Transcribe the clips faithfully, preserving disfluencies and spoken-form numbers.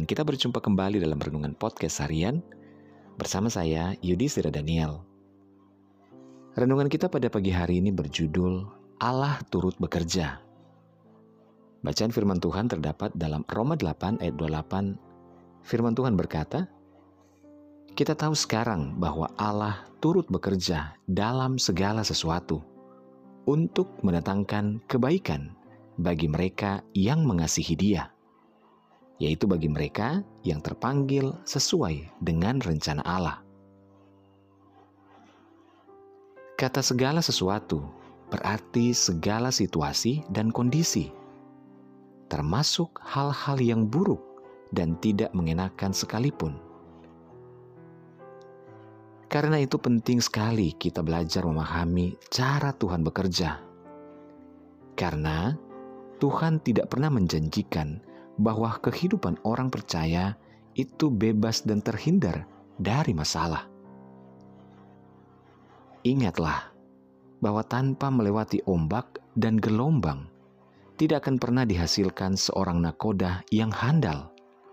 dan kita berjumpa kembali dalam Renungan Podcast Harian bersama saya, Yudhistira Daniel. Renungan kita pada pagi hari ini berjudul Allah turut bekerja. Bacaan firman Tuhan terdapat dalam Roma delapan ayat dua puluh delapan. Firman Tuhan berkata, "Kita tahu sekarang bahwa Allah turut bekerja dalam segala sesuatu untuk mendatangkan kebaikan bagi mereka yang mengasihi Dia, yaitu bagi mereka yang terpanggil sesuai dengan rencana Allah." Kata segala sesuatu berarti segala situasi dan kondisi, termasuk hal-hal yang buruk dan tidak mengenakan sekalipun. Karena itu penting sekali kita belajar memahami cara Tuhan bekerja. Karena Tuhan tidak pernah menjanjikan bahwa kehidupan orang percaya itu bebas dan terhindar dari masalah. Ingatlah bahwa tanpa melewati ombak dan gelombang, tidak akan pernah dihasilkan seorang nakoda yang handal.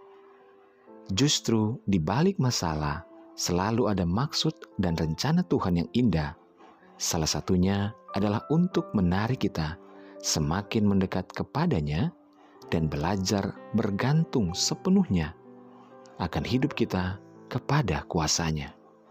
Justru di balik masalah selalu ada maksud dan rencana Tuhan yang indah. Salah satunya adalah untuk menarik kita semakin mendekat kepadanya dan belajar bergantung sepenuhnya akan hidup kita kepada kuasanya.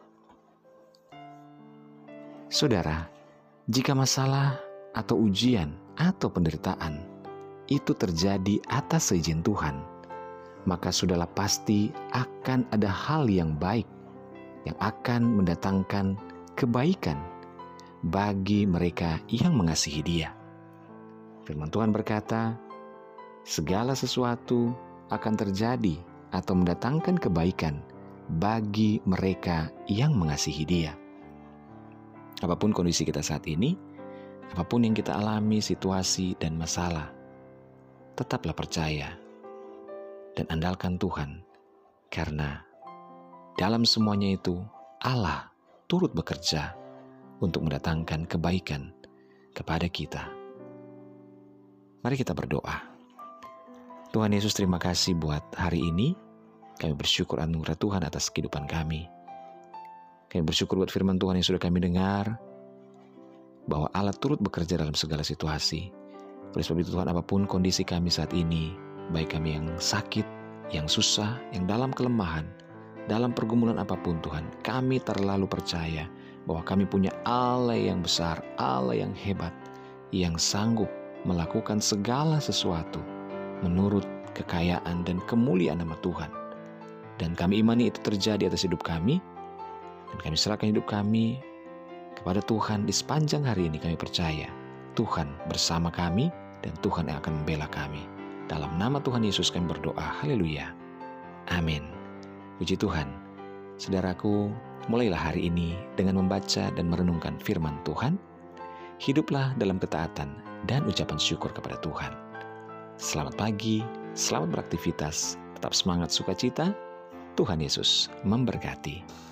Saudara, jika masalah atau ujian atau penderitaan itu terjadi atas seizin Tuhan, maka sudahlah pasti akan ada hal yang baik yang akan mendatangkan kebaikan bagi mereka yang mengasihi Dia. Firman Tuhan berkata, segala sesuatu akan terjadi atau mendatangkan kebaikan bagi mereka yang mengasihi Dia. Apapun kondisi kita saat ini, apapun yang kita alami, situasi dan masalah, tetaplah percaya dan andalkan Tuhan, karena dalam semuanya itu Allah turut bekerja untuk mendatangkan kebaikan kepada kita. Mari kita berdoa. Tuhan Yesus, terima kasih buat hari ini. Kami bersyukur anugerah Tuhan atas kehidupan kami. Kami bersyukur buat firman Tuhan yang sudah kami dengar, bahwa Allah turut bekerja dalam segala situasi. Oleh sebab itu Tuhan, apapun kondisi kami saat ini, baik kami yang sakit, yang susah, yang dalam kelemahan, dalam pergumulan apapun Tuhan, kami terlalu percaya bahwa kami punya Allah yang besar, Allah yang hebat, yang sanggup melakukan segala sesuatu menurut kekayaan dan kemuliaan nama Tuhan. Dan kami imani itu terjadi atas hidup kami, dan kami serahkan hidup kami kepada Tuhan. Di sepanjang hari ini kami percaya Tuhan bersama kami dan Tuhan yang akan membela kami. Dalam nama Tuhan Yesus kami berdoa, haleluya, amin. Puji Tuhan. Saudaraku, mulailah hari ini dengan membaca dan merenungkan firman Tuhan. Hiduplah dalam ketaatan dan ucapan syukur kepada Tuhan. Selamat pagi, selamat beraktivitas, tetap semangat sukacita. Tuhan Yesus memberkati.